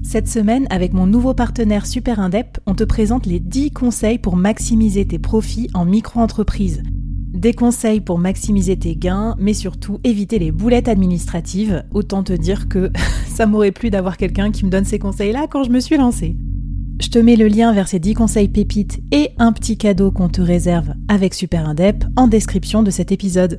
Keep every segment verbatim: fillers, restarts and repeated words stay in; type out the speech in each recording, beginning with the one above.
Cette semaine, avec mon nouveau partenaire Super Indep, on te présente les dix conseils pour maximiser tes profits en micro-entreprise. Des conseils pour maximiser tes gains, mais surtout éviter les boulettes administratives. Autant te dire que ça m'aurait plu d'avoir quelqu'un qui me donne ces conseils-là quand je me suis lancée. Je te mets le lien vers ces dix conseils pépites et un petit cadeau qu'on te réserve avec Super Indep en description de cet épisode.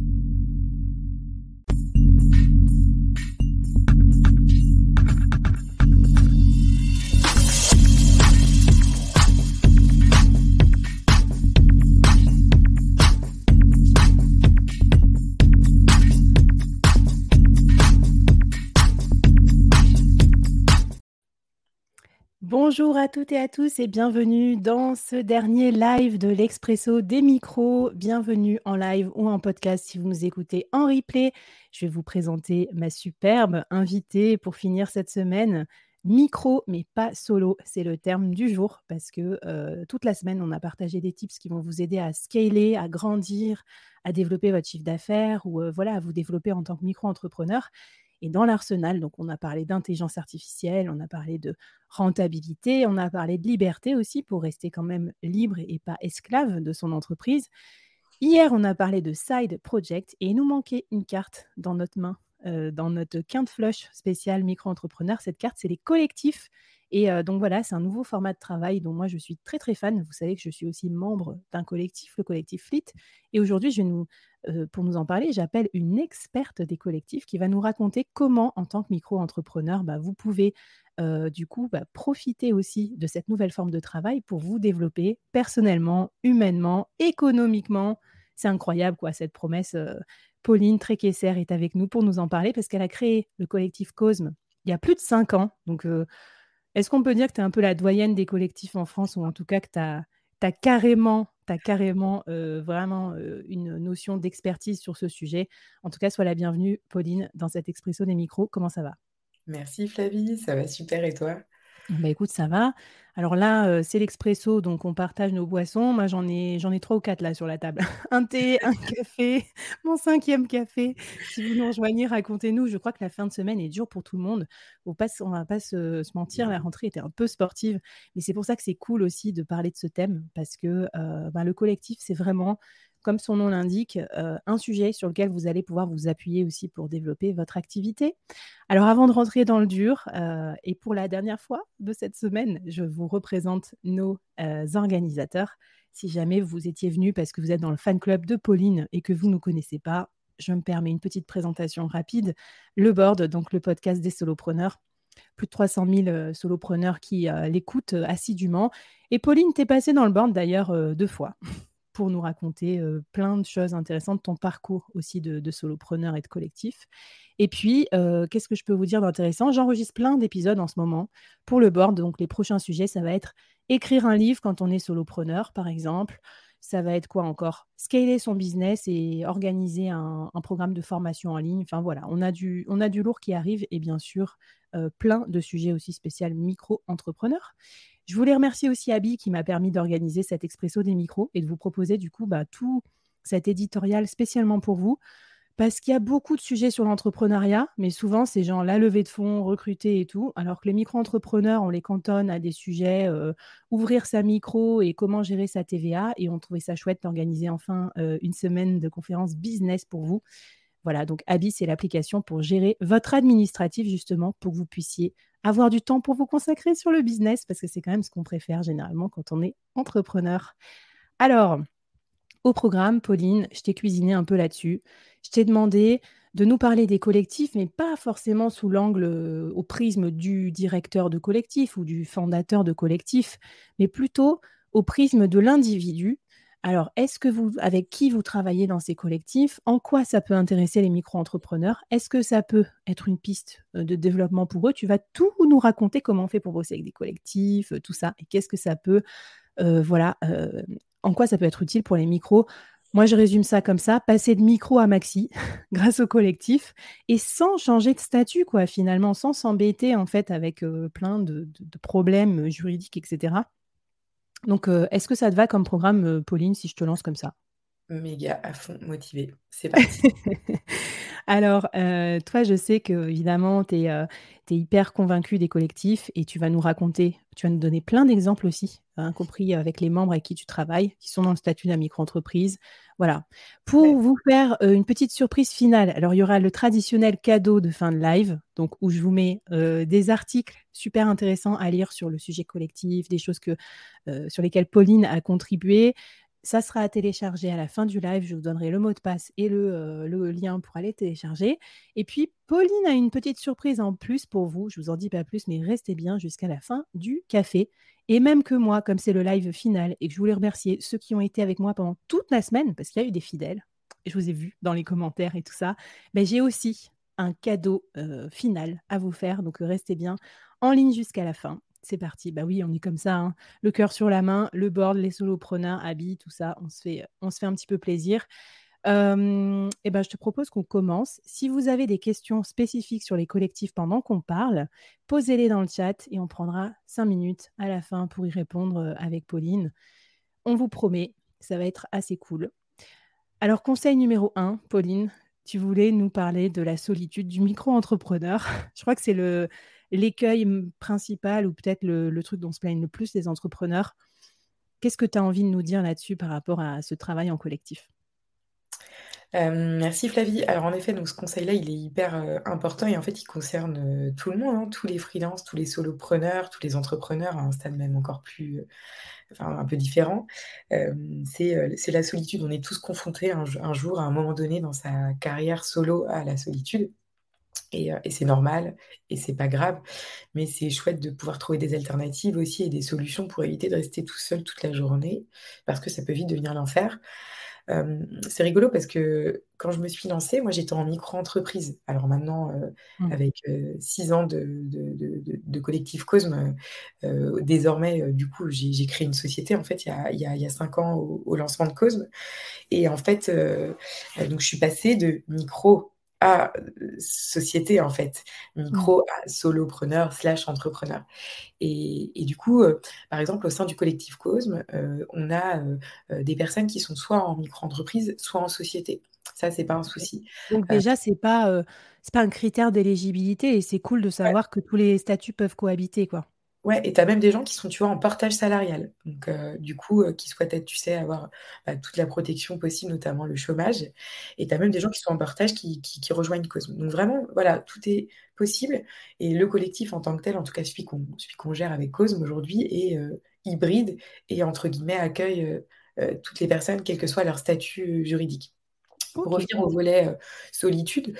Bonjour à toutes et à tous et bienvenue dans ce dernier live de l'Expresso des micros. Bienvenue en live ou en podcast si vous nous écoutez en replay. Je vais vous présenter ma superbe invitée pour finir cette semaine. Micro, mais pas solo, c'est le terme du jour parce que euh, toute la semaine, on a partagé des tips qui vont vous aider à scaler, à grandir, à développer votre chiffre d'affaires ou euh, voilà, à vous développer en tant que micro-entrepreneur. Et dans l'arsenal, donc on a parlé d'intelligence artificielle, on a parlé de rentabilité, on a parlé de liberté aussi pour rester quand même libre et pas esclave de son entreprise. Hier, on a parlé de side project et il nous manquait une carte dans notre main, euh, dans notre quinte flush spécial micro-entrepreneur. Cette carte, c'est les collectifs. Et euh, donc voilà, c'est un nouveau format de travail dont moi je suis très très fan. Vous savez que je suis aussi membre d'un collectif, le collectif Fleet. Et aujourd'hui, je vais nous, euh, pour nous en parler, j'appelle une experte des collectifs qui va nous raconter comment, en tant que micro-entrepreneur, bah, vous pouvez euh, du coup bah, profiter aussi de cette nouvelle forme de travail pour vous développer personnellement, humainement, économiquement. C'est incroyable quoi, cette promesse. Euh, Pauline Tréquesser est avec nous pour nous en parler parce qu'elle a créé le collectif Cosme il y a plus de cinq ans. Donc, euh, est-ce qu'on peut dire que tu es un peu la doyenne des collectifs en France ou en tout cas que tu as, t'as carrément, t'as carrément euh, vraiment euh, une notion d'expertise sur ce sujet? En tout cas, sois la bienvenue, Pauline, dans cet Expresso des micros. Comment ça va? Merci Flavie, ça va super et toi? Bah écoute, ça va. Alors là, euh, c'est l'expresso, donc on partage nos boissons. Moi, j'en ai, j'en ai trois ou quatre là sur la table. Un thé, un café, mon cinquième café. Si vous nous rejoignez, racontez-nous. Je crois que la fin de semaine est dure pour tout le monde. Faut pas, se- on va pas se, se mentir, la rentrée était un peu sportive, mais c'est pour ça que c'est cool aussi de parler de ce thème parce que euh, bah, le collectif, c'est vraiment, comme son nom l'indique, euh, un sujet sur lequel vous allez pouvoir vous appuyer aussi pour développer votre activité. Alors avant de rentrer dans le dur, euh, et pour la dernière fois de cette semaine, je vous représente nos euh, organisateurs. Si jamais vous étiez venu parce que vous êtes dans le fan club de Pauline et que vous ne nous connaissez pas, je me permets une petite présentation rapide. Le board, donc le podcast des solopreneurs, plus de trois cent mille euh, solopreneurs qui euh, l'écoutent euh, assidûment. Et Pauline, t'es passée dans le board d'ailleurs euh, deux fois pour nous raconter euh, plein de choses intéressantes, ton parcours aussi de, de solopreneur et de collectif. Et puis, euh, qu'est-ce que je peux vous dire d'intéressant? J'enregistre plein d'épisodes en ce moment pour le board. Donc, les prochains sujets, ça va être écrire un livre quand on est solopreneur, par exemple. Ça va être quoi encore? Scaler son business et organiser un, un programme de formation en ligne. Enfin, voilà, on a du, on a du lourd qui arrive et bien sûr, euh, plein de sujets aussi spéciaux micro-entrepreneurs. Je voulais remercier aussi Abby qui m'a permis d'organiser cet expresso des micros et de vous proposer du coup bah, tout cet éditorial spécialement pour vous. Parce qu'il y a beaucoup de sujets sur l'entrepreneuriat, mais souvent, c'est genre la levée de fonds, recruter et tout, alors que les micro-entrepreneurs, on les cantonne à des sujets, euh, ouvrir sa micro et comment gérer sa T V A, et on trouvait ça chouette d'organiser enfin euh, une semaine de conférences business pour vous. Voilà, donc Abby, c'est l'application pour gérer votre administratif, justement, pour que vous puissiez avoir du temps pour vous consacrer sur le business, parce que c'est quand même ce qu'on préfère généralement quand on est entrepreneur. Alors, au programme, Pauline, je t'ai cuisiné un peu là-dessus. Je t'ai demandé de nous parler des collectifs, mais pas forcément sous l'angle, euh, au prisme du directeur de collectif ou du fondateur de collectif, mais plutôt au prisme de l'individu. Alors, est-ce que vous, avec qui vous travaillez dans ces collectifs? En quoi ça peut intéresser les micro-entrepreneurs? Est-ce que ça peut être une piste euh, de développement pour eux? Tu vas tout nous raconter comment on fait pour bosser avec des collectifs, euh, tout ça, et qu'est-ce que ça peut euh, voilà, euh, en quoi ça peut être utile pour les micros. Moi, je résume ça comme ça, passer de micro à maxi grâce au collectif et sans changer de statut, quoi, finalement, sans s'embêter en fait avec euh, plein de, de- de problèmes juridiques, et cetera. Donc, euh, est-ce que ça te va comme programme, euh, Pauline, si je te lance comme ça? Méga, à fond, motivée. C'est parti. Alors, heu, toi, je sais qu'évidemment, tu es, heu, tu es hyper convaincue des collectifs et tu vas nous raconter, tu vas nous donner plein d'exemples aussi, hein, compris avec les membres avec qui tu travailles, qui sont dans le statut de la micro-entreprise. Voilà. Pour Ouais. vous faire, heu, une petite surprise finale, alors il y aura le traditionnel cadeau de fin de live, donc où je vous mets, heu, des articles super intéressants à lire sur le sujet collectif, des choses que, heu, sur lesquelles Pauline a contribué. Ça sera à télécharger à la fin du live. Je vous donnerai le mot de passe et le, heu, le lien pour aller télécharger. Et puis, Pauline a une petite surprise en plus pour vous. Je vous en dis pas plus, mais restez bien jusqu'à la fin du café. Et même que moi, comme c'est le live final et que je voulais remercier ceux qui ont été avec moi pendant toute la semaine, parce qu'il y a eu des fidèles, et je vous ai vu dans les commentaires et tout ça, mais j'ai aussi un cadeau, heu, final à vous faire. Donc, heu, restez bien en ligne jusqu'à la fin. C'est parti. Bah oui, on est comme ça, hein, le cœur sur la main, le board, les solopreneurs, habits, tout ça, on se fait, on se fait un petit peu plaisir. Hem et ben, je te propose qu'on commence. Si vous avez des questions spécifiques sur les collectifs pendant qu'on parle, posez-les dans le chat et on prendra cinq minutes à la fin pour y répondre, heu, avec Pauline. On vous promet, ça va être assez cool. Alors conseil numéro un, Pauline, tu voulais nous parler de la solitude du micro-entrepreneur. Je crois que c'est le l'écueil, mmh, principal ou peut-être le le truc dont se plaignent le plus les entrepreneurs. Qu'est-ce que tu as envie de nous dire là-dessus par rapport à ce travail en collectif? Hem, merci Flavie. Alors en effet, donc ce conseil-là, il est hyper, heu, important et en fait, il concerne, heu, tout le monde, hein, tous les freelances, tous les solopreneurs, tous les entrepreneurs à un stade même encore plus, heu, enfin un peu différent. Hem, c'est, heu, c'est la solitude. On est tous confrontés un j un jour, à un moment donné dans sa carrière solo à la solitude et heu et c'est normal et c'est pas grave, mais c'est chouette de pouvoir trouver des alternatives aussi et des solutions pour éviter de rester tout seul toute la journée, parce que ça peut vite devenir l'enfer. Hem, c'est rigolo parce que quand je me suis lancée, moi, j'étais en micro-entreprise. Alors maintenant, heu, Mmh. avec, heu, six ans de de de de de collectif Cosme, heu heu, désormais, heu, du coup, j'ai j'ai créé une société, en fait, il y a il y a il y a cinq ans au au lancement de Cosme et en fait, heu heu, donc je suis passée de micro à, heu, société, en fait. Mmh. Micro à solopreneur slash entrepreneur. Et et du coup, heu, par exemple, au sein du collectif Cosme, heu, on a, heu heu, des personnes qui sont soit en micro-entreprise, soit en société. Ça, c'est pas un OK. souci. Donc Heu, déjà, c'est pas, heu, c'est pas un critère d'éligibilité et c'est cool de ouais, savoir que tous les statuts peuvent cohabiter, quoi. ouais et tu as même des gens qui sont, tu vois, en partage salarial. Donc heu, du coup, heu, qui souhaitent être, tu sais, avoir, bah, toute la protection possible, notamment le chômage et tu as même des gens qui sont en partage qui qui qui rejoignent Cosme. Donc vraiment, voilà, tout est possible et le collectif en tant que tel, en tout cas celui qu'on celui qu'on gère avec Cosme aujourd'hui est, heu, hybride et entre guillemets «accueille», heu heu, toutes les personnes, quel que soit leur statut, juridique. Pour OK. revenir au volet, heu, solitude,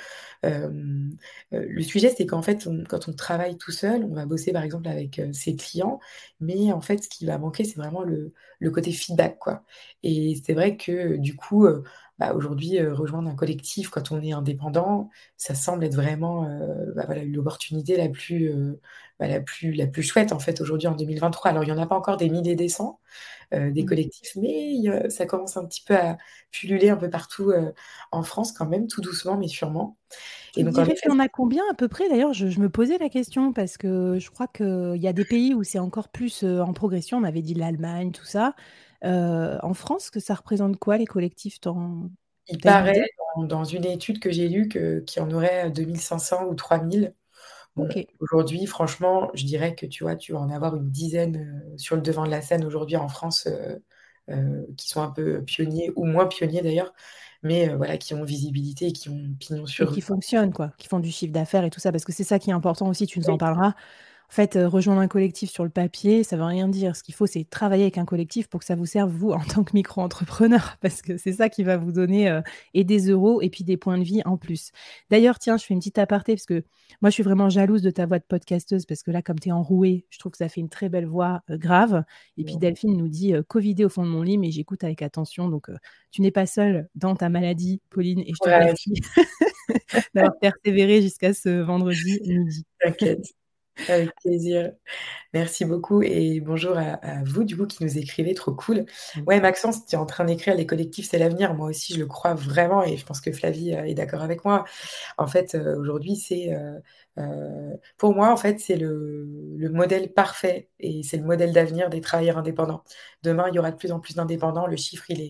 hem, heu, le sujet, c'est qu'en fait, on quand on travaille tout seul, on va bosser, par exemple, avec, heu, ses clients, mais en fait, ce qui va manquer, c'est vraiment le le côté feedback, quoi et c'est vrai que, du coup, heu, bah, aujourd'hui, heu, rejoindre un collectif quand on est indépendant, ça semble être vraiment, heu, bah, voilà, l'opportunité la plus, heu, bah, la plus la plus chouette, en fait, aujourd'hui, en deux mille vingt-trois. Alors, il y en a pas encore des milliers des cents, heu, des Mmh. collectifs, mais il y a ça commence un petit peu à pulluler un peu partout, heu, en France quand même, tout doucement mais sûrement et Tu donc en dirais effet qu'il y en a combien à peu près? D'ailleurs, je je me posais la question parce que je crois qu'il y a des pays où c'est encore plus, heu, en progression. On m'avait dit l'Allemagne, tout ça. Heu, en France, que ça représente quoi les collectifs? Tu en il tu as une paraît idée? dans dans une étude que j'ai lue que qu'il y en aurait deux mille cinq cents ou trois mille. Bon, OK. aujourd'hui, franchement, je dirais que, tu vois, tu vas en avoir une dizaine, heu, sur le devant de la scène aujourd'hui en France, heu heu, qui sont un peu pionniers ou moins pionniers d'ailleurs, mais heu, voilà, qui ont visibilité et qui ont pignon Et sur qui rue, quoi. fonctionnent quoi, qui font du chiffre d'affaires et tout ça, parce que c'est ça qui est important aussi, tu nous en Oui, parleras. En fait, heu, rejoindre un collectif sur le papier, ça veut rien dire. Ce qu'il faut, c'est travailler avec un collectif pour que ça vous serve, vous, en tant que micro-entrepreneur, parce que c'est ça qui va vous donner, heu, et des euros et puis des points de vie en plus. D'ailleurs, tiens, je fais une petite aparté parce que moi, je suis vraiment jalouse de ta voix de podcasteuse parce que là, comme tu es enrouée, je trouve que ça fait une très belle voix, heu, grave et puis bon, Delphine nous dit, heu: «Covidée au fond de mon lit, mais j'écoute avec attention», donc heu, tu n'es pas seule dans ta maladie, Pauline, et je te courage, remercie d'avoir persévéré jusqu'à ce vendredi midi. t'inquiète, avec plaisir. Merci beaucoup et bonjour à à vous du coup qui nous écrivez, trop cool. Mmh. Ouais, Maxence, tu es en train d'écrire «Les collectifs, c'est l'avenir». Moi aussi, je le crois vraiment et je pense que Flavie, heu, est d'accord avec moi. En fait, heu, aujourd'hui, c'est, heu heu, pour moi, en fait, c'est le le modèle parfait et c'est le modèle d'avenir des travailleurs indépendants. Demain, il y aura de plus en plus d'indépendants, le chiffre, il est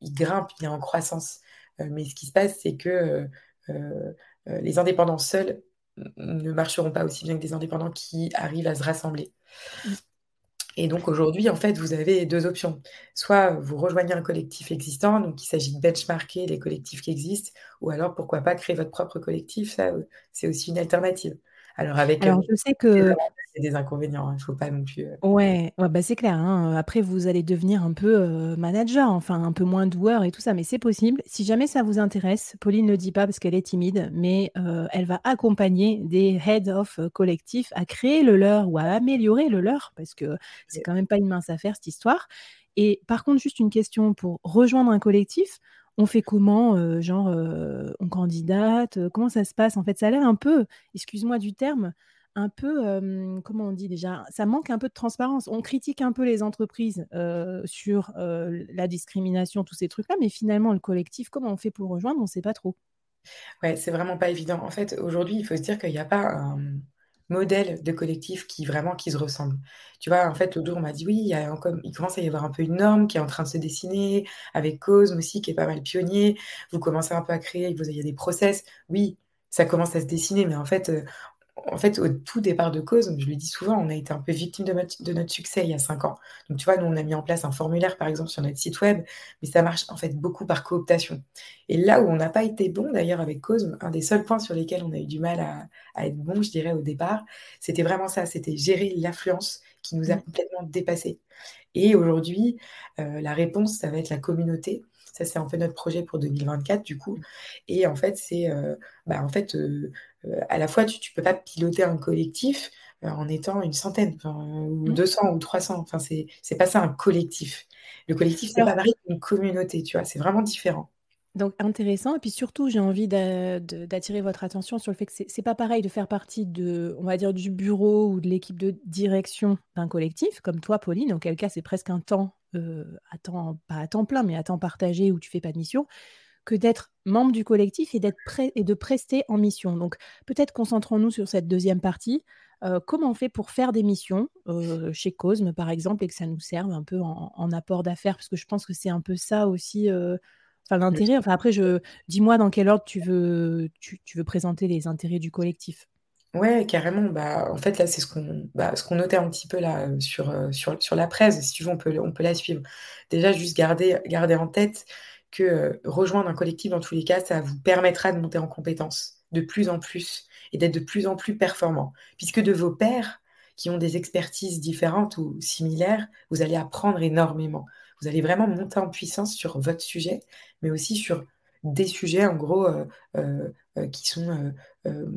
il grimpe, il est en croissance. Heu, mais ce qui se passe, c'est que, heu heu heu, les indépendants seuls n ne marcheront pas aussi bien que des indépendants qui arrivent à se rassembler. Mmh. Et donc aujourd'hui, en fait, vous avez deux options. Soit vous rejoignez un collectif existant, donc il s'agit de benchmarker les collectifs qui existent, ou alors pourquoi pas créer votre propre collectif, ça, heu, c'est aussi une alternative. Alors avec, heu, Alors je sais des que avantages et des inconvénients, hein, il faut pas non plus, heu Ouais, ouais, bah, c'est clair, hein, heu, après vous allez devenir un peu, heu, manager, enfin un peu moins doueur et tout ça, mais c'est possible. Si jamais ça vous intéresse, Pauline le dit pas parce qu'elle est timide, mais heu, elle va accompagner des head of, heu, collectifs à créer le leur ou à améliorer le leur, parce que c'est Ouais. quand même pas une mince affaire cette histoire. Et par contre, juste une question, pour rejoindre un collectif, on fait comment? Heu, genre, heu, on candidate? Heu, comment ça se passe en fait? Ça a l'air un peu, excuse-moi du terme, un peu, hem, comment on dit déjà? Ça manque un peu de transparence. On critique un peu les entreprises, heu, sur, heu, la discrimination, tous ces trucs-là, mais finalement le collectif, comment on fait pour le rejoindre? On sait pas trop. Ouais, c'est vraiment pas évident. En fait, aujourd'hui, il faut se dire qu'il y a pas un, mmh, modèle de collectif qui vraiment qui se ressemble. Tu vois? En fait, l'autre jour, on m'a dit: «Oui, il y a un com il commence à y avoir un peu une norme qui est en train de se dessiner, avec Cosme aussi qui est pas mal pionnier. Vous commencez un peu à créer, vous il y a des process». Oui, ça commence à se dessiner, mais en fait, heu, en fait, au tout départ de Cosme, je le dis souvent, on a été un peu victime de notre de notre succès il y a cinq ans. Donc tu vois, nous, on a mis en place un formulaire, par exemple, sur notre site web, mais ça marche, en fait, beaucoup par cooptation. Et là où on n'a pas été bon, d'ailleurs, avec Cosme, un des seuls points sur lesquels on a eu du mal à à être bon, je dirais, au départ, c'était vraiment ça, c'était gérer l'affluence qui nous a Mmh. complètement dépassés. Et aujourd'hui, heu, la réponse, ça va être la communauté. Ça, c'est un peu notre projet pour deux mille vingt-quatre du coup. Et en fait, c'est, heu, bah, en fait, heu heu, à la fois, tu tu peux pas piloter un collectif, heu, en étant une centaine, enfin, ou Mmh. deux cents ou trois cents. Enfin, c'est c'est pas ça un collectif. Le collectif, c'est Alors pas pareil qu'une communauté, tu vois? C'est vraiment différent. Donc intéressant et puis surtout, j'ai envie d'a de d'attirer votre attention sur le fait que c'est c'est pas pareil de faire partie de, on va dire, du bureau ou de l'équipe de direction d'un collectif, comme toi, Pauline, auquel cas c'est presque un temps, heu, à temps pas à temps plein, mais à temps partagé où tu fais pas de mission, que d'être membre du collectif et d'être prêt et de prester en mission. Donc peut-être concentrons-nous sur cette deuxième partie. Heu, comment on fait pour faire des missions, heu, chez Cosme, par exemple, et que ça nous serve un peu en en apport d'affaires? Parce que je pense que c'est un peu ça aussi, heu, enfin l'intérêt, enfin après je dis-moi dans quel ordre tu veux tu tu veux présenter les intérêts du collectif? Ouais, carrément. Bah, en fait, là, c'est ce qu'on bah, ce qu'on notait un petit peu là, heu, sur, heu, sur sur la presse. Si tu veux, on peut le on peut la suivre. Déjà, juste garder garder en tête que, heu, rejoindre un collectif, dans tous les cas, ça vous permettra de monter en compétences de plus en plus et d'être de plus en plus performant. Puisque de vos pairs, qui ont des expertises différentes ou similaires, vous allez apprendre énormément. Vous allez vraiment monter en puissance sur votre sujet, mais aussi sur des sujets, en gros, heu heu heu, qui sont, heu, hem,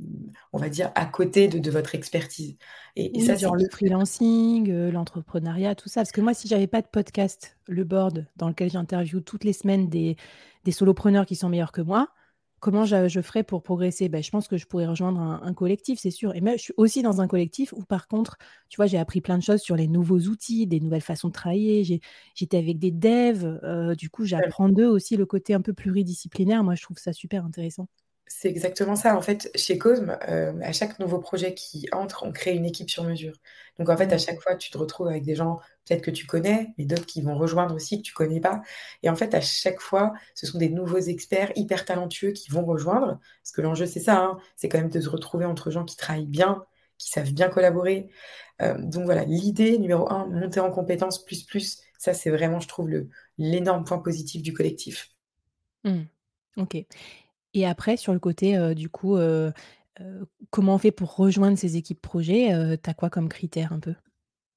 on va dire, à côté de de votre expertise. Et et ça, Oui, c'est genre le freelancing, heu, l'entrepreneuriat, tout ça. Parce que moi, si j'avais pas de podcast, Le Board, dans lequel j'interviewe toutes les semaines des des solopreneurs qui sont meilleurs que moi, comment je je ferais pour progresser? Bah, je pense que je pourrais rejoindre un un collectif, c'est sûr. Et même, je suis aussi dans un collectif où par contre, tu vois, j'ai appris plein de choses sur les nouveaux outils, des nouvelles façons de travailler. J'ai j'étais avec des devs, heu, du coup, j'apprends d'eux aussi le côté un peu pluridisciplinaire. Moi, je trouve ça super intéressant. C'est exactement ça. En fait, chez Cosme, heu, à chaque nouveau projet qui entre, on crée une équipe sur mesure. Donc en fait, à Mmh. chaque fois, tu te retrouves avec des gens peut-être que tu connais, mais d'autres qui vont rejoindre aussi que tu connais pas. Et en fait, à chaque fois, ce sont des nouveaux experts hyper talentueux qui vont rejoindre. Parce que l'enjeu, c'est ça, hein, c'est quand même de se retrouver entre gens qui travaillent bien, qui savent bien collaborer. Hem, donc voilà, l'idée numéro un, monter en compétences plus, plus, ça, c'est vraiment, je trouve, le l'énorme point positif du collectif. Mmh. OK. Et après sur le côté, heu, du coup, heu heu, comment on fait pour rejoindre ces équipes projets? Heu, tu as quoi comme critères un peu?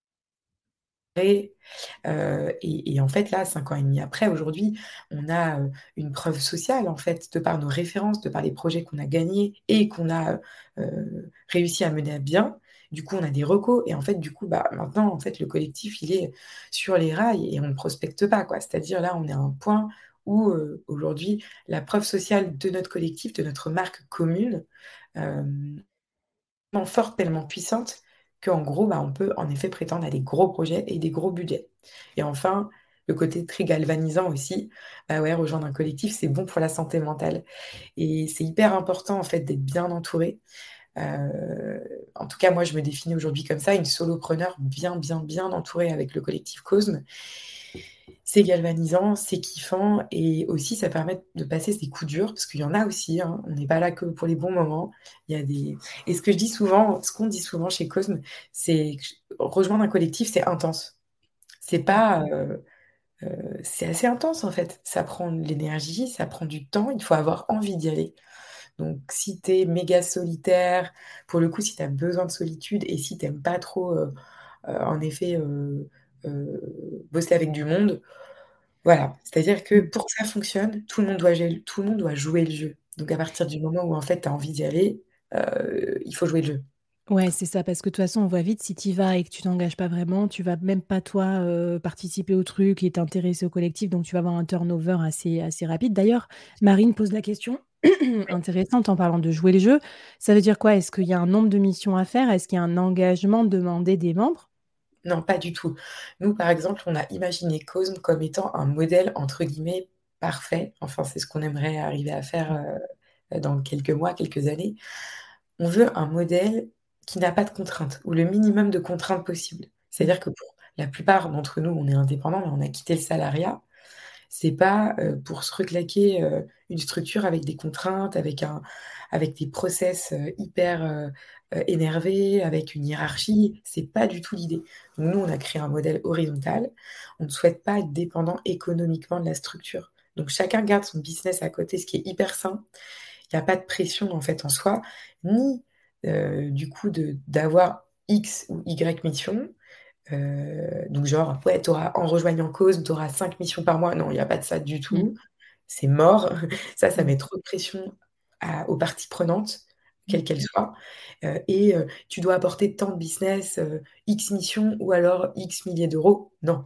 Et heu et et en fait, là, cinq ans et demi après, aujourd'hui, on a, heu, une preuve sociale, en fait, de par nos références, de par les projets qu'on a gagnés et qu'on a, heu réussi à mener à bien. Du coup, on a des recos et en fait, du coup, bah, maintenant, en fait, le collectif, il est sur les rails et on ne prospecte pas, quoi. C'est-à-dire là, on est à un point où, heu, aujourd'hui, la preuve sociale de notre collectif, de notre marque commune, hem tellement forte, tellement puissante qu'en gros, bah, on peut en effet prétendre à des gros projets et des gros budgets. Et enfin, le côté très galvanisant aussi, bah, ouais, rejoindre un collectif, c'est bon pour la santé mentale et c'est hyper important en fait d'être bien entouré. Heu, en tout cas, moi, je me définis aujourd'hui comme ça, une solopreneur bien, bien, bien entourée avec le collectif Cosme. C'est galvanisant, c'est kiffant et aussi ça permet de passer ces coups durs parce qu'il y en a aussi, hein. On n'est pas là que pour les bons moments. Il y a des et ce que je dis souvent, ce qu'on dit souvent chez Cosme, c'est que ch rejoindre un collectif, c'est intense. C'est Mmh. pas, heu heu, c'est assez intense, en fait. Ça prend de l'énergie, ça prend du temps, il faut avoir envie d'y aller. Donc si tu es méga solitaire, pour le coup, si tu as besoin de solitude et si tu aimes pas trop, heu heu, en effet, heu heu, bosser avec du monde, voilà. C'est-à-dire que Mmh. pour que ça fonctionne, tout le monde doit gél tout le monde doit jouer le jeu. Donc à partir du moment où en fait tu as envie d'y aller, heu, il faut jouer le jeu. Ouais, c'est ça, parce que de toute façon, on voit vite si tu y vas et que tu t'engages pas vraiment, tu vas même pas toi, heu, participer au truc et t'intéresser au collectif, donc tu vas avoir un turnover assez assez rapide. D'ailleurs, Marine pose la question Oui. intéressante en parlant de jouer le jeu. Ça veut dire quoi? Est-ce qu'il y a un nombre de missions à faire? Est-ce qu'il y a un engagement demandé des membres? Non, pas du tout. Nous, par exemple, on a imaginé Cosme comme étant un modèle entre guillemets «parfait». Enfin, c'est ce qu'on aimerait arriver à faire, Mmh. heu, dans quelques mois, quelques années. On veut un modèle qui n'a pas de contraintes ou le minimum de contraintes possible. Mmh. C'est-à-dire que pour la plupart d'entre nous, on est indépendants, mais on a quitté le salariat. C'est pas, heu, pour se reclaquer, heu, une structure avec des contraintes, avec un avec des process, heu, hyper, heu heu, énervés, avec une hiérarchie. C'est pas du tout l'idée. Donc nous, on a créé un modèle horizontal. On ne souhaite pas être dépendant économiquement de la structure. Donc chacun garde son business à côté, ce qui est hyper sain. Il y a pas de pression, en fait, en soi, ni, heu, du coup de d'avoir X ou Y mission. Heu, donc genre, ouais, tu auras en rejoignant Cosme, tu auras cinq missions par mois. Non, il y a pas de ça du Mmh. tout. C'est mort. Ça, ça Mmh. met trop de pression à aux parties prenantes, Mmh. quelles qu'elles soient, heu et heu, tu dois apporter tant de business, heu, X missions ou alors X milliers d'euros. Non.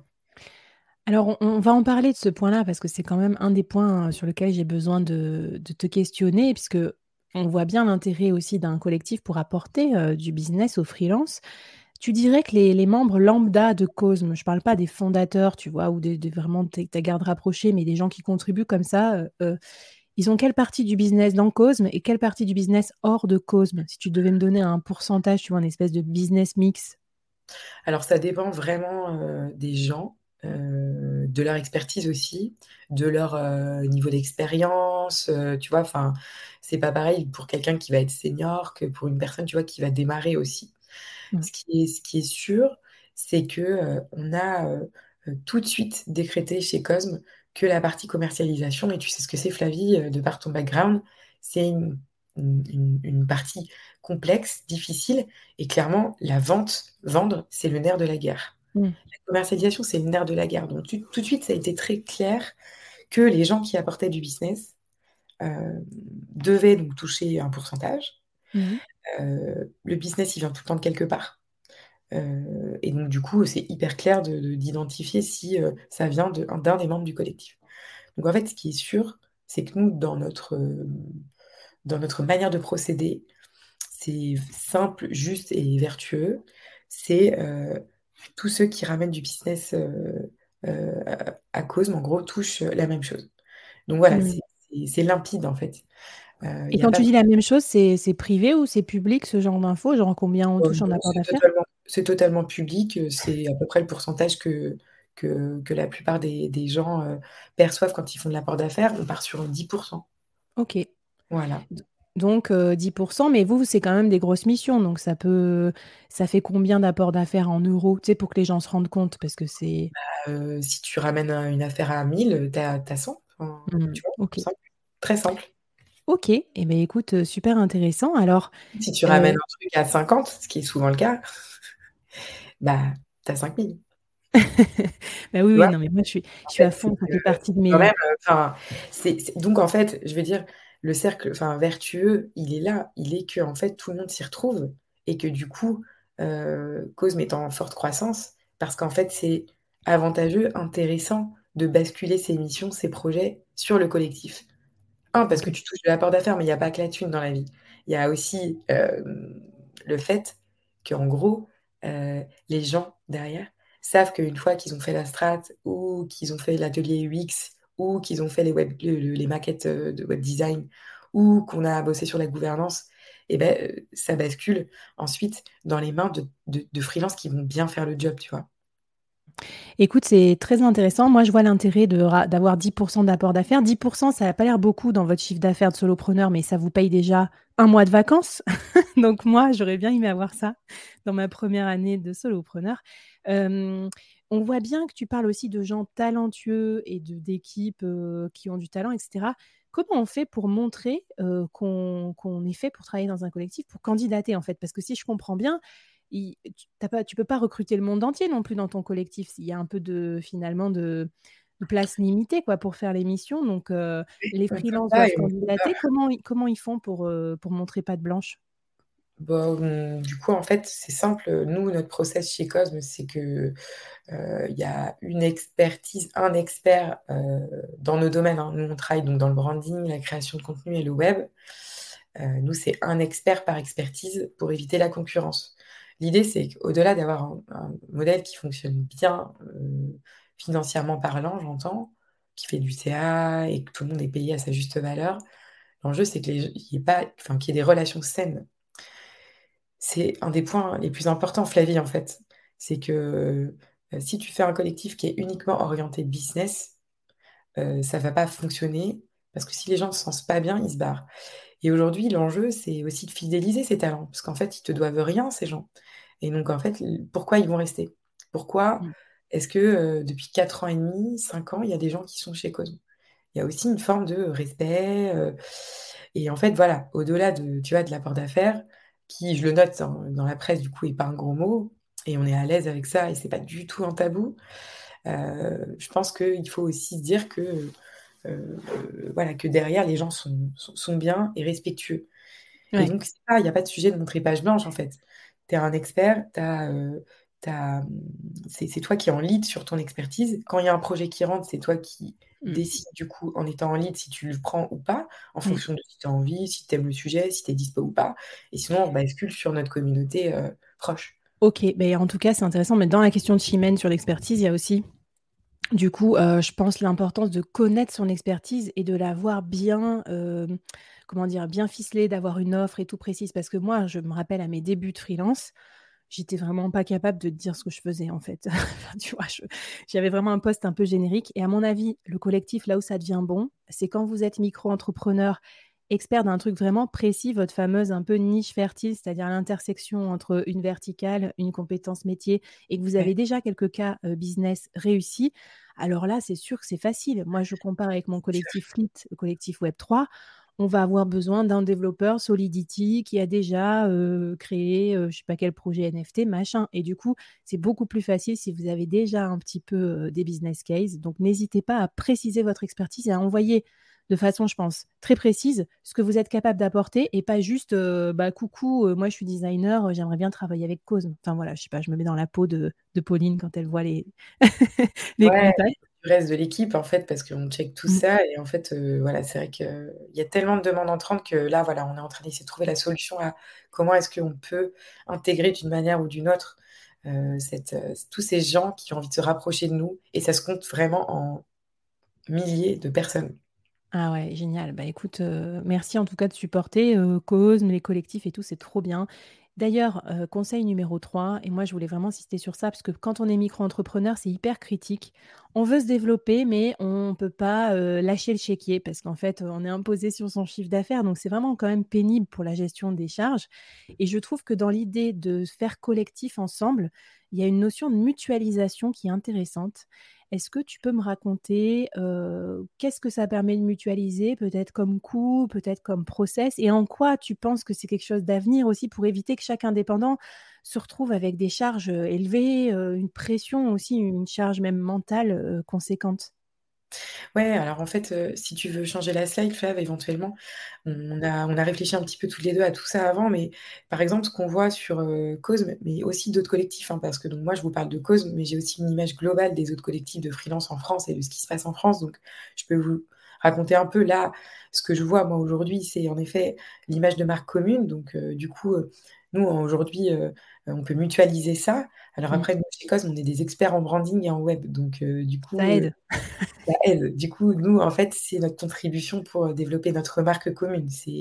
Alors on on va en parler de ce point-là parce que c'est quand même un des points, heu, sur lequel j'ai besoin de de te questionner puisque on voit bien l'intérêt aussi d'un collectif pour apporter, heu, du business aux freelances. Tu dirais que les les membres lambda de Cosme, je parle pas des fondateurs, tu vois? Ou des des vraiment tes ta garde rapprochée, mais des gens qui contribuent comme ça, heu heu, ils ont quelle partie du business dans Cosme et quelle partie du business hors de Cosme? Si tu devais me donner un pourcentage, tu vois? Un espèce de business mix. Alors ça dépend vraiment, heu, des gens, heu, de leur expertise aussi, de leur, heu, niveau d'expérience, heu, tu vois? Enfin, c'est pas pareil pour quelqu'un qui va être senior que pour une personne, tu vois, qui va démarrer aussi. Mmh. Ce qui est ce qui est sûr, c'est que, heu, on a, heu heu, tout de suite décrété chez Cosme que la partie commercialisation et tu sais ce que c'est Flavie, heu, de par ton background, c'est une une une une partie complexe, difficile et clairement la vente, vendre, c'est le nerf de la guerre. Mmh. La commercialisation, c'est le nerf de la guerre donc tu tout de suite, ça a été très clair que les gens qui apportaient du business, hem, devaient donc toucher un pourcentage. Mmh. Heu, le business, il vient tout le temps de quelque part. Heu et donc du coup, c'est hyper clair de de d'identifier si, heu, ça vient de d'un des membres du collectif. Donc en fait, ce qui est sûr, c'est que nous, dans notre, hem, dans notre manière de procéder, c'est simple, juste et vertueux. C'est, heu, tous ceux qui ramènent du business, heu heu, à à Cosme, en gros, touchent, la même chose. Donc voilà, Mmh. c'est c'est c'est limpide, en fait. Heu, il Et y a quand pas tu de dis la même chose, c'est c'est privé ou c'est public ce genre d'infos? Genre combien on oh touche en non, apport c'est d'affaires? totalement c'est totalement public, heu, c'est à peu près le pourcentage que que que la plupart des des gens, heu, perçoivent quand ils font de l'apport d'affaires. On part sur dix pour cent. OK. Voilà. D donc heu, dix pour cent, mais vous, c'est quand même des grosses missions, donc ça peut ça fait combien d'apport d'affaires en euros? Tu sais, pour que les gens se rendent compte parce que c'est Heu, si tu ramènes, heu, une affaire à mille, heu, tu as tu as cent, enfin, mmh, tu vois? OK. Simple, très simple. OK et beh, écoute, heu, super intéressant. Alors, Si tu heu ramènes un truc à cinquante, ce qui est souvent le cas, bah, tu as cinq mille, bah, oui, tu oui, vois? non, mais moi, je suis je En suis fait, à c'est, fond, ça heu, fait partie de quand même, mes heu, enfin, c'est c'est donc en fait, je veux dire, le cercle, enfin, vertueux, il est là. Il est qu'en fait, tout le monde s'y retrouve et que du coup, heu, Cosme est en forte croissance parce qu'en fait, c'est avantageux, intéressant de basculer ses missions, ses projets sur le collectif. un parce que complètement. tu touches de l'apport d'affaires, mais il y a pas que la thune dans la vie. Il y a aussi, hem, le fait qu'en gros, heu, les gens derrière savent qu'une fois qu'ils ont fait la strat ou qu'ils ont fait l'atelier U X ou qu'ils ont fait les web le le les maquettes, heu, de web design ou qu'on a bossé sur la gouvernance et beh, heu, ça bascule ensuite dans les mains de de de freelances qui vont bien faire le job, tu vois? Écoute, c'est très intéressant. Moi, je vois l'intérêt de ra d'avoir dix pour cent d'apport d'affaires. dix pour cent, ça a pas l'air beaucoup dans votre chiffre d'affaires de solopreneur, mais ça vous paye déjà un mois de vacances. Donc moi, j'aurais bien aimé avoir ça dans ma première année de solopreneur. Hem, on voit bien que tu parles aussi de gens talentueux et de d'équipes, heu, qui ont du talent et cetera. Comment on fait pour montrer, heu, qu'on qu'on est fait pour travailler dans un collectif, pour candidater, en fait? Parce que si je comprends bien, i tu tu pas tu peux pas recruter le monde entier non plus dans ton collectif. Il y a un peu de finalement de de place limitée quoi pour faire l'émission donc heu, Oui, les on peut freelances pas doivent et on peut pas. candidater. Comment ils comment ils font pour, heu, pour montrer patte blanche? Bah, mmh, du coup, en fait, c'est simple, nous, notre process chez Cosme, c'est que, heu, il y a une expertise, un expert, heu, dans nos domaines, hein. Nous, on travaille donc dans le branding, la création de contenu et le web. Heu, nous, c'est un expert par expertise pour éviter la concurrence. L'idée, c'est qu'au-delà d'avoir un un modèle qui fonctionne bien, heu, financièrement parlant, j'entends, qui fait du C A et que tout le monde est payé à sa juste valeur, l'enjeu, c'est que les il y ait pas enfin, qu'il y ait des relations saines. C'est un des points les plus importants, Flavie, en fait. C'est que, heu, si tu fais un collectif qui est uniquement orienté business, heu, ça va pas fonctionner parce que si les gens ne se sentent pas bien, ils se barrent et aujourd'hui, l'enjeu, c'est aussi de fidéliser ces talents parce qu'en fait, ils te doivent rien, ces gens et donc en fait, l pourquoi ils vont rester? Pourquoi Mmh. est-ce que, heu, depuis quatre ans et demi, cinq ans, il y a des gens qui sont chez Cosmo? Il y a aussi une forme de respect, heu et en fait, voilà, au-delà de, tu vois, de l'apport d'affaires qui, je le note dans dans la presse, du coup, est pas un gros mot et on est à l'aise avec ça et c'est pas du tout un tabou. Heu, je pense qu'il faut aussi se dire que, heu, voilà, que derrière les gens sont sont sont bien et respectueux et Ouais. donc c'est pas il y a pas de sujet de montrer page blanche, en fait. Tu es un expert, tu as, heu, tu as, mmh, c'est c'est toi qui es en lead sur ton expertise. Quand il y a un projet qui rentre, c'est toi qui Mmh. décides, du coup, en étant en lead, si tu le prends ou pas, en Mmh. fonction de si tu as envie, si tu aimes le sujet, si tu es dispo ou pas et sinon on bascule sur notre communauté, heu, proche. OK, beh, en tout cas, c'est intéressant, mais dans la question de Chimène sur l'expertise, il y a aussi, du coup, heu, je pense l'importance de connaître son expertise et de l'avoir bien, hem, comment dire? Bien ficelée, d'avoir une offre et tout précise. Parce que moi, je me rappelle à mes débuts de freelance, j'étais vraiment pas capable de te dire ce que je faisais, en fait. Enfin, tu vois? Je j'avais vraiment un poste un peu générique et à mon avis, le collectif, là où ça devient bon, c'est quand vous êtes micro-entrepreneur, expert d'un truc vraiment précis, votre fameuse un peu niche fertile, c'est-à-dire l'intersection entre une verticale, une compétence métier et que vous Ouais, avez déjà quelques cas, heu, business réussis. Alors là, c'est sûr que c'est facile. Moi, je compare avec mon c'est sûr. collectif Fleet, le collectif web trois. On va avoir besoin d'un développeur Solidity qui a déjà, heu, créé, heu, je sais pas quel projet N F T, machin et du coup, c'est beaucoup plus facile si vous avez déjà un petit peu, heu, des business cases. Donc n'hésitez pas à préciser votre expertise et à envoyer de façon, je pense, très précise, ce que vous êtes capable d'apporter et pas juste, heu, bah, coucou, heu, moi je suis designer, heu, j'aimerais bien travailler avec Cosme. Enfin voilà, je sais pas, je me mets dans la peau de de Pauline quand elle voit les les Ouais, contacts. du reste de l'équipe, en fait, parce qu'on check tout Mmh. ça et en fait, heu, voilà, c'est vrai qu'il y a tellement de demandes entrantes que là, voilà, on est en train d'essayer de trouver la solution à comment est-ce qu'on peut intégrer d'une manière ou d'une autre, heu, cette, heu, tous ces gens qui ont envie de se rapprocher de nous et ça se compte vraiment en milliers de personnes. Ah ouais, génial. Bah, écoute, heu, merci en tout cas de supporter, heu, Cosme, les collectifs et tout, c'est trop bien. D'ailleurs, heu, conseil numéro trois et moi je voulais vraiment insister sur ça parce que quand on est micro-entrepreneur, c'est hyper critique. On veut se développer, mais on peut pas, heu, lâcher le chéquier parce qu'en fait, heu, on est imposé sur son chiffre d'affaires, donc c'est vraiment quand même pénible pour la gestion des charges et je trouve que dans l'idée de faire collectif ensemble, il y a une notion de mutualisation qui est intéressante. Est-ce que tu peux me raconter, heu, qu'est-ce que ça permet de mutualiser? Peut-être comme coût, peut-être comme process et en quoi tu penses que c'est quelque chose d'avenir aussi pour éviter que chaque indépendant se retrouve avec des charges, heu, élevées, heu, une pression aussi, une charge même mentale, heu, conséquente? Ouais, alors en fait, heu, si tu veux changer la slide, Flav, éventuellement, on a on a réfléchi un petit peu toutes les deux à tout ça avant, mais par exemple, ce qu'on voit sur, heu, Cosme, mais aussi d'autres collectifs, hein, parce que donc moi, je vous parle de Cosme, mais j'ai aussi une image globale des autres collectifs de freelance en France et de ce qui se passe en France. Donc je peux vous raconter un peu là, ce que je vois moi aujourd'hui, c'est en effet l'image de marque commune. Donc heu, du coup, heu, nous aujourd'hui, heu, on peut mutualiser ça. Alors Mmh, après, nous, chez Cosme, on est des experts en branding et en web. Donc heu, du coup, ça heu aide. ça aide. Du coup, nous, en fait, c'est notre contribution pour, heu, développer notre marque commune. C'est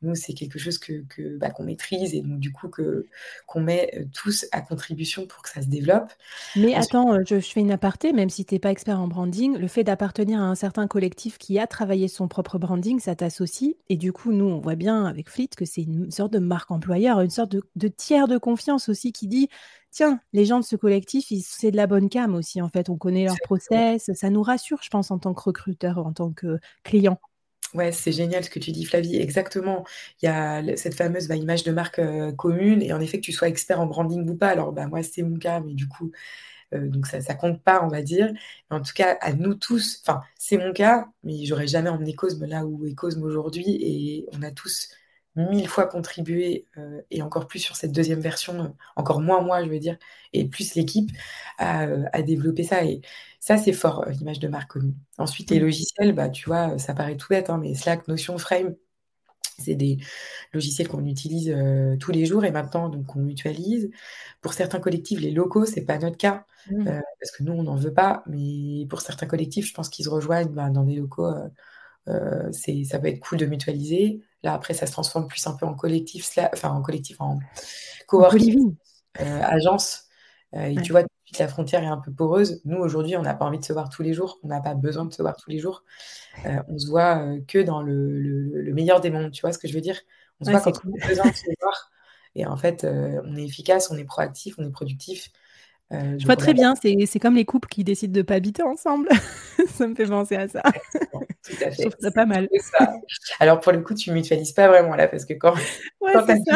Nous, c'est quelque chose que que, bah, qu'on maîtrise et donc du coup que qu'on met, heu, tous à contribution pour que ça se développe. Mais Ensuite attends, heu, je je fais une aparté, même si tu es pas expert en branding, le fait d'appartenir à un certain collectif qui a travaillé son propre branding, ça t'associe et du coup, nous, on voit bien avec Fleet que c'est une sorte de marque employeur, une sorte de de tiers de confiance aussi qui dit: «Tiens, les gens de ce collectif, ils c'est de la bonne came aussi, en fait, on connaît leurs exactement. process». Ça nous rassure, je pense, en tant que recruteur, en tant que client. Ouais, c'est génial ce que tu dis Flavie, exactement. Il y a le cette fameuse, bah, image de marque, heu, commune et en effet que tu sois expert en branding ou pas, alors, bah, moi c'est mon cas, mais du coup, heu, donc ça ça compte pas on va dire. Mais en tout cas à nous tous, enfin c'est mon cas, mais j'aurais jamais emmené Cosme là où est Cosme aujourd'hui et on a tous mille fois contribué, heu et encore plus sur cette deuxième version, heu, encore moins moi je veux dire et plus l'équipe à, heu, à développer ça et ça c'est fort, heu, l'image de marque commune. Ensuite les Mmh. logiciels, bah, tu vois, heu, ça paraît tout bête, hein, mais Slack, Notion, Frame, c'est des logiciels qu'on utilise, heu, tous les jours et maintenant donc qu'on mutualise. Pour certains collectifs, les locaux, c'est pas notre cas, Mmh. heu, parce que nous on n'en veut pas, mais pour certains collectifs, je pense qu'ils se rejoignent, bah, dans des locaux, heu heu, c'est ça peut être cool de mutualiser. Là après ça se transforme plus un peu en collectif Sla enfin en collectif, en En coworking, co-living. heu, agence, heu et tu Ouais. vois tout de suite la frontière est un peu poreuse. Nous aujourd'hui, on n'a pas envie de se voir tous les jours, on n'a pas besoin de se voir tous les jours. Heu, on se voit, heu, que dans le le le meilleur des mondes, tu vois ce que je veux dire? On se Ouais, voit c'est quand on cool. a besoin de se voir et en fait, heu, on est efficace, on est proactif, on est productif, heu, Je vois donc on a très pas bien, c'est c'est comme les couples qui décident de pas habiter ensemble. Ça me fait penser à ça. exactement, tout à Je trouve fait, ça c'est pas mal. trop ça. Alors pour le coup, tu mutualises pas vraiment là, parce que quand Ouais, quand tu c'est as ça. des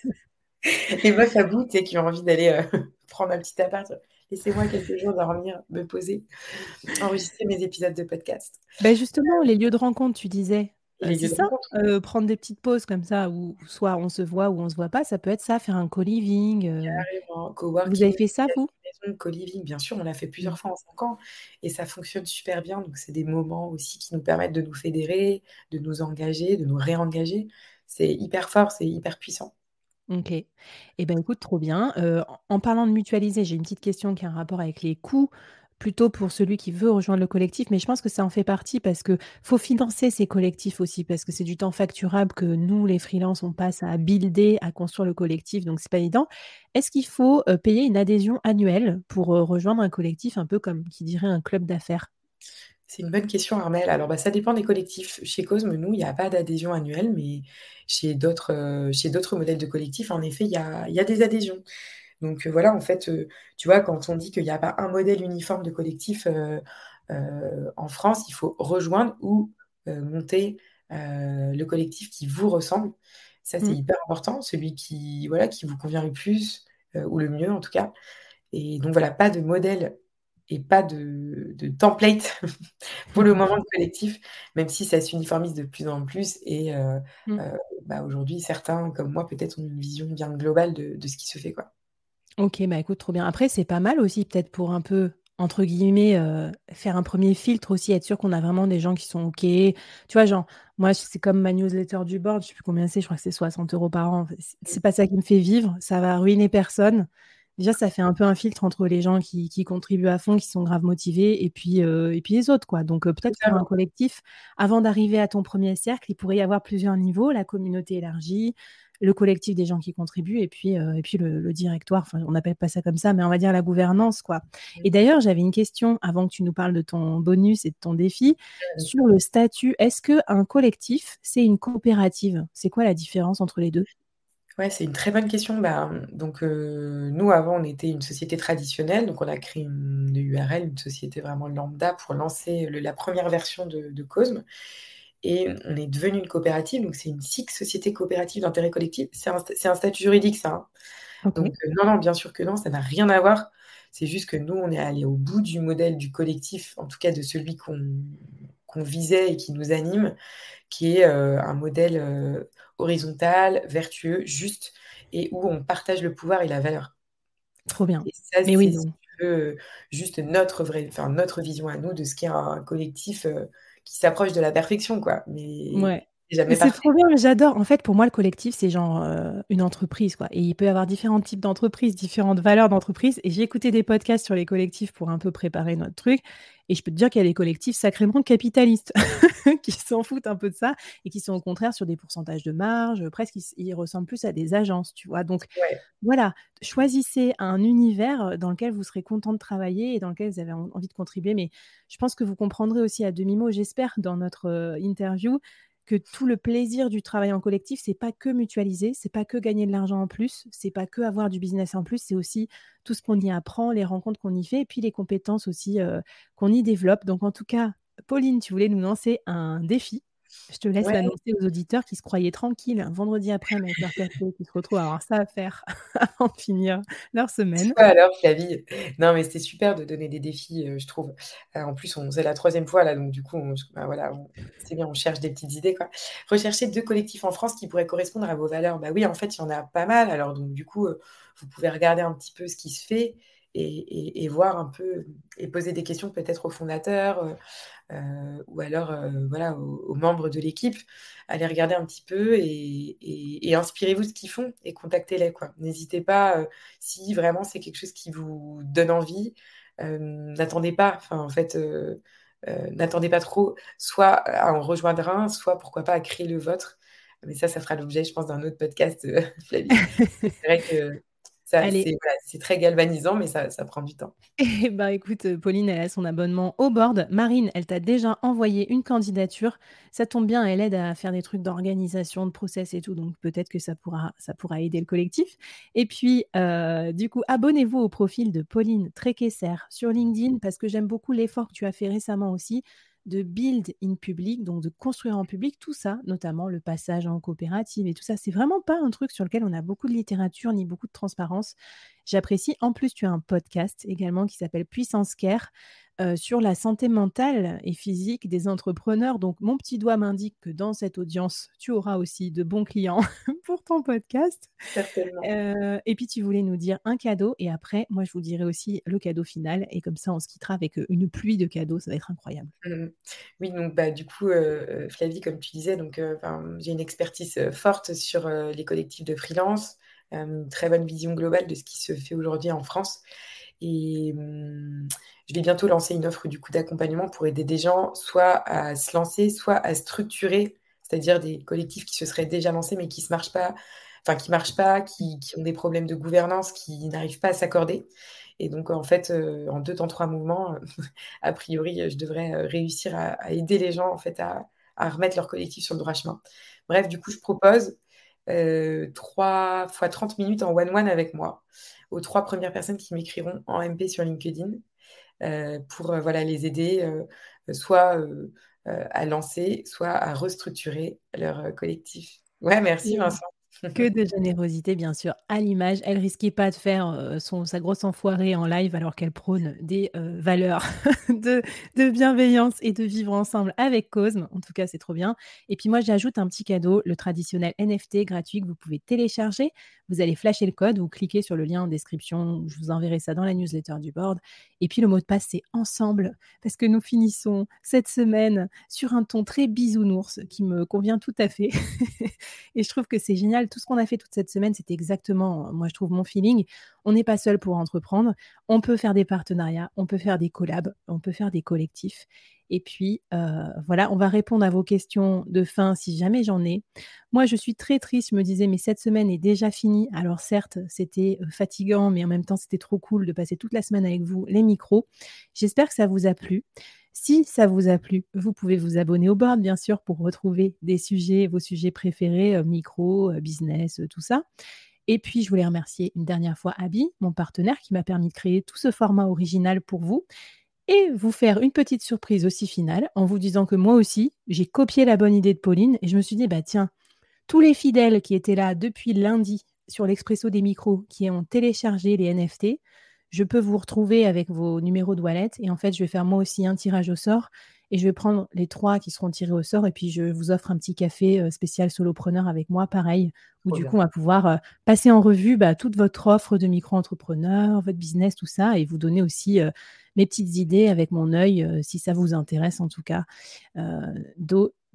appart les meufs à bout, tu sais, qui ont envie d'aller, heu, prendre un petit appart, «Laissez-moi quelques jours dormir, me poser, enregistrer mes épisodes de podcast». Beh, justement, Hem les lieux de rencontre, tu disais, et heu, les c'est lieux de ça? rencontre. Heu, prendre des petites pauses comme ça où soit on se voit ou on se voit pas, ça peut être ça, faire un co-living, heu, Carrément, vous avez coworking, fait ça vous? maison, co-living, bien sûr, on l'a fait Mmh. plusieurs fois en cinq ans et ça fonctionne super bien. Donc c'est des moments aussi qui nous permettent de nous fédérer, de nous engager, de nous réengager. C'est hyper fort, c'est hyper puissant. OK. Et ben, écoute, trop bien. Heu, en en parlant de mutualiser, j'ai une petite question qui a un rapport avec les coûts, plutôt pour celui qui veut rejoindre le collectif, mais je pense que ça en fait partie parce que faut financer ces collectifs aussi, parce que c'est du temps facturable que nous, les freelances, on passe à builder, à construire le collectif, donc c'est pas évident. Est-ce qu'il faut, heu, payer une adhésion annuelle pour, heu, rejoindre un collectif, un peu comme qui dirait un club d'affaires? C'est une bonne question, Armelle. Alors, bah, ça dépend des collectifs. Chez Cosme, nous, il y a pas d'adhésion annuelle, mais chez d'autres, heu, chez d'autres modèles de collectifs, en effet, il y a il y a des adhésions. Donc, heu, voilà, en fait, heu, tu vois, quand on dit qu'il y a pas un modèle uniforme de collectif, heu heu, en France, il faut rejoindre ou, heu, monter, heu, le collectif qui vous ressemble. Ça, c'est Mmh. hyper important, celui qui, voilà, qui vous convient le plus, heu, ou le mieux en tout cas et donc voilà, pas de modèle et pas de de template pour le moment de collectif, même si ça s'uniformise de plus en plus et heu Mmh. heu, bah, aujourd'hui, certains comme moi peut-être ont une vision bien globale de de ce qui se fait, quoi. OK, bah, écoute, trop bien. Après, c'est pas mal aussi peut-être pour un peu, entre guillemets, heu, «faire un premier filtre» aussi, être sûr qu'on a vraiment des gens qui sont OK. Tu vois, genre, moi, c'est comme ma newsletter du board, je sais plus combien c'est, je crois que c'est soixante euros par an. C Mmh. c'est pas ça qui me fait vivre, ça va ruiner personne. Déjà, ça fait un peu un filtre entre les gens qui qui contribuent à fond, qui sont grave motivés et puis, heu et puis les autres, quoi. Donc, heu, peut-être pour un Totalement. collectif, avant d'arriver à ton premier cercle, il pourrait y avoir plusieurs niveaux, la communauté élargie, le collectif des gens qui contribuent et puis, heu et puis le le directoire, enfin, on n'appelle pas ça comme ça, mais on va dire la gouvernance, quoi. Mmh. Et d'ailleurs, j'avais une question avant que tu nous parles de ton bonus et de ton défi. Mmh. Sur le statut, est-ce qu'un collectif, c'est une coopérative? C'est quoi la différence entre les deux? Ouais, c'est une très bonne question. Bah, mmh, donc, heu, nous, avant, on était une société traditionnelle, donc on a créé une U R L, une société vraiment lambda pour lancer le la première version de de Cosme et on est devenu une coopérative, donc c'est une S I C, Société coopérative d'intérêt collectif. C'est un st c'est un statut juridique ça, hein. Donc, OK. heu, non, non, bien sûr que non, ça n'a rien à voir. C'est juste que nous, on est allés au bout du modèle du collectif, en tout cas de celui qu'on qu'on visait et qui nous anime, qui est, heu, un modèle, heu, horizontal, vertueux, juste et où on partage le pouvoir et la valeur. Trop bien. Et ça, Mais oui, c'est si donc tu veux, heu, juste notre vraie enfin notre vision à nous de ce qu'est un collectif, heu, qui s'approche de la perfection, quoi. Mais ouais. C'est Mais jamais c'est parfait. trop bien, mais j'adore. En fait, pour moi, le collectif, c'est genre, heu, une entreprise, quoi et il peut y avoir différents types d'entreprises, différentes valeurs d'entreprise et j'ai écouté des podcasts sur les collectifs pour un peu préparer notre truc et je peux te dire qu'il y a des collectifs sacrément capitalistes qui s'en foutent un peu de ça et qui sont au contraire sur des pourcentages de marge, heu, presque ils s ils ressemblent plus à des agences, tu vois? Donc Ouais, voilà, choisissez un univers, dans lequel vous serez content de travailler et dans lequel vous avez en envie de contribuer mais je pense que vous comprendrez aussi à demi-mot, j'espère, dans notre, heu, interview, que tout le plaisir du travail en collectif, c'est pas que mutualiser, c'est pas que gagner de l'argent en plus, c'est pas que avoir du business en plus, c'est aussi tout ce qu'on y apprend, les rencontres qu'on y fait et puis les compétences aussi, heu, qu'on y développe. Donc en tout cas, Pauline, tu voulais nous lancer un défi. Je te laisse ouais. l'annoncer aux auditeurs qui se croyaient tranquilles un vendredi après-midi avec leur café, qui se retrouvent à avoir ça à faire avant de finir leur semaine. Toi alors Flavie? Non mais c'était super de donner des défis, heu, je trouve. Heu, en plus on c'est la troisième fois là, donc du coup on bah, voilà, on c'est bien, on cherche des petites idées, quoi. Rechercher deux collectifs en France qui pourraient correspondre à vos valeurs. Bah oui, en fait, il y en a pas mal, alors donc du coup, heu, vous pouvez regarder un petit peu ce qui se fait et et et voir un peu et poser des questions peut-être aux fondateurs, heu heu, ou alors, heu, voilà, aux aux membres de l'équipe. Allez regarder un petit peu et et et inspirez-vous de ce qu'ils font et contactez-les, quoi. N'hésitez pas, heu, si vraiment c'est quelque chose qui vous donne envie, hem, n'attendez pas, enfin, en fait, heu heu, n'attendez pas trop, soit à en rejoindre un, soit pourquoi pas à créer le vôtre. Mais ça, ça fera l'objet, je pense, d'un autre podcast, heu, Flavie. C'est vrai que ça Allez. c'est voilà, c'est très galvanisant, mais ça ça prend du temps. Eh ben, écoute, heu, Pauline, elle a son abonnement au board. Marine, elle t'a déjà envoyé une candidature. Ça tombe bien, elle aide à faire des trucs d'organisation, de process et tout, donc peut-être que ça pourra ça pourra aider le collectif. Et puis, heu, du coup, abonnez-vous au profil de Pauline Tréquesser sur LinkedIn parce que j'aime beaucoup l'effort que tu as fait récemment aussi de build in public, donc de construire en public. Tout ça, notamment le passage en coopérative et tout ça, c'est vraiment pas un truc sur lequel on a beaucoup de littérature ni beaucoup de transparence. J'apprécie. En plus, tu as un podcast également qui s'appelle Puissance Care, heu, sur la santé mentale et physique des entrepreneurs. Donc mon petit doigt m'indique que dans cette audience, tu auras aussi de bons clients pour ton podcast. Certainement. Heu et puis tu voulais nous dire un cadeau et après, moi, je vous dirai aussi le cadeau final et comme ça, on se quittera avec, heu, une pluie de cadeaux, ça va être incroyable. Mmh. Oui, donc bah, du coup, heu heu, Flavie, comme tu disais, donc heu, enfin, j'ai une expertise, heu, forte sur, heu, les collectifs de freelance, hem, une très bonne vision globale de ce qui se fait aujourd'hui en France et mmh, je vais bientôt lancer une offre, du coup, d'accompagnement pour aider des gens soit à se lancer, soit à structurer, c'est-à-dire des collectifs qui se seraient déjà lancés, mais qui se marchent pas enfin, qui marchent pas, qui qui ont des problèmes de gouvernance, qui n'arrivent pas à s'accorder et donc en fait, heu, en deux temps, trois mouvements, a priori, heu, je devrais, heu, réussir à à aider les gens en fait à à remettre leur collectif sur le droit chemin. Bref, du coup, je propose, heu, trois fois trente minutes en one one avec moi, aux trois premières personnes qui m'écriront en M P sur LinkedIn, heu, pour, heu, voilà les aider, heu, soit, heu heu, à lancer, soit à restructurer leur, heu, collectif. Ouais, merci Vincent. Que de générosité, bien sûr, à l'image. Elle risquait pas de faire, heu, son sa grosse enfoirée en live alors qu'elle prône des, heu, valeurs de de bienveillance et de vivre ensemble avec Cosme. En tout cas, c'est trop bien et puis moi, j'ajoute un petit cadeau, le traditionnel N F T gratuit que vous pouvez télécharger. Vous allez flasher le code ou cliquer sur le lien en description, je vous enverrai ça dans la newsletter du board et puis le mot de passe, c'est ensemble parce que nous finissons cette semaine sur un ton très bisounours qui me convient tout à fait. Et je trouve que c'est génial. Tout ce qu'on a fait toute cette semaine, c'était exactement, moi, je trouve, mon feeling. On n'est pas seul pour entreprendre. On peut faire des partenariats, on peut faire des collabs, on peut faire des collectifs. Et puis, heu, voilà, on va répondre à vos questions de fin si jamais j'en ai. Moi, je suis très triste, je me disais: «Mais cette semaine est déjà finie». Alors certes, c'était, heu, fatigant, mais en même temps, c'était trop cool de passer toute la semaine avec vous, les micros. J'espère que ça vous a plu. Si ça vous a plu, vous pouvez vous abonner au board, bien sûr, pour retrouver des sujets, vos sujets préférés, heu, micro, heu, business, heu, tout ça. Et puis, je voulais remercier une dernière fois Abby, mon partenaire, qui m'a permis de créer tout ce format original pour vous et vous faire une petite surprise aussi finale, en vous disant que moi aussi, j'ai copié la bonne idée de Pauline et je me suis dit: «Bah, tiens, tous les fidèles qui étaient là depuis lundi sur l'expresso des micros, qui ont téléchargé les N F T, je peux vous retrouver avec vos numéros de wallet et en fait, je vais faire moi aussi un tirage au sort et je vais prendre les trois qui seront tirés au sort et puis je vous offre un petit café, heu, spécial solopreneur avec moi, pareil, où Trop du bien. coup, on va pouvoir, heu, passer en revue, bah, toute votre offre de micro-entrepreneur, votre business, tout ça et vous donner aussi, heu, mes petites idées avec mon œil, heu, si ça vous intéresse en tout cas, heu, d'au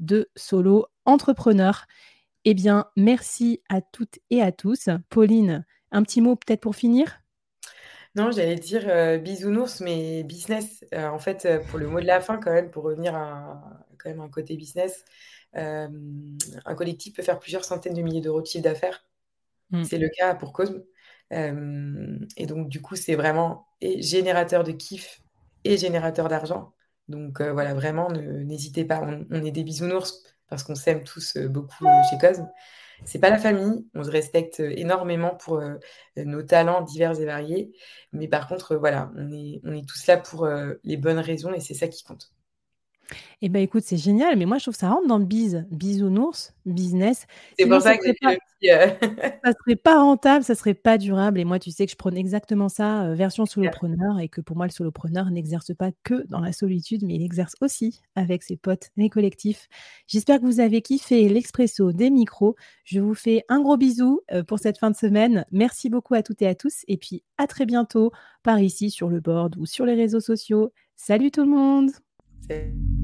de solo entrepreneurs. Eh bien, merci à toutes et à tous. Pauline, un petit mot peut-être pour finir? Non, j'allais dire, heu, bisounours, mais business. Heu, en fait, heu, pour le mot de la fin quand même, pour revenir à quand même un côté business, hem, un collectif peut faire plusieurs centaines de milliers d'euros de chiffre d'affaires. Mmh. C'est le cas pour Cosme. Hem et donc du coup, c'est vraiment et générateur de kiff et générateur d'argent. Donc heu, voilà, vraiment ne n'hésitez pas, on on est des bisounours parce qu'on s'aime tous, heu, beaucoup, heu, chez Cosme. C'est pas la famille, on se respecte, heu, énormément pour, heu, nos talents divers et variés. Mais par contre, heu, voilà, on est on est tous là pour, heu, les bonnes raisons et c'est ça qui compte. Eh ben, écoute, c'est génial, mais moi je trouve que ça rentre dans le biz. Bisounours, business, C'est sinon pour ça ça que j'ai serait fait pas le petit, heu ça serait pas rentable, ça serait pas durable et moi tu sais que je prône exactement ça, heu, version C'est clair. solopreneur et que pour moi le solopreneur n'exerce pas que dans la solitude, mais il exerce aussi avec ses potes, les collectifs. J'espère que vous avez kiffé l'expresso des micros. Je vous fais un gros bisou, heu, pour cette fin de semaine. Merci beaucoup à toutes et à tous et puis à très bientôt par ici sur le board ou sur les réseaux sociaux. Salut tout le monde! C'est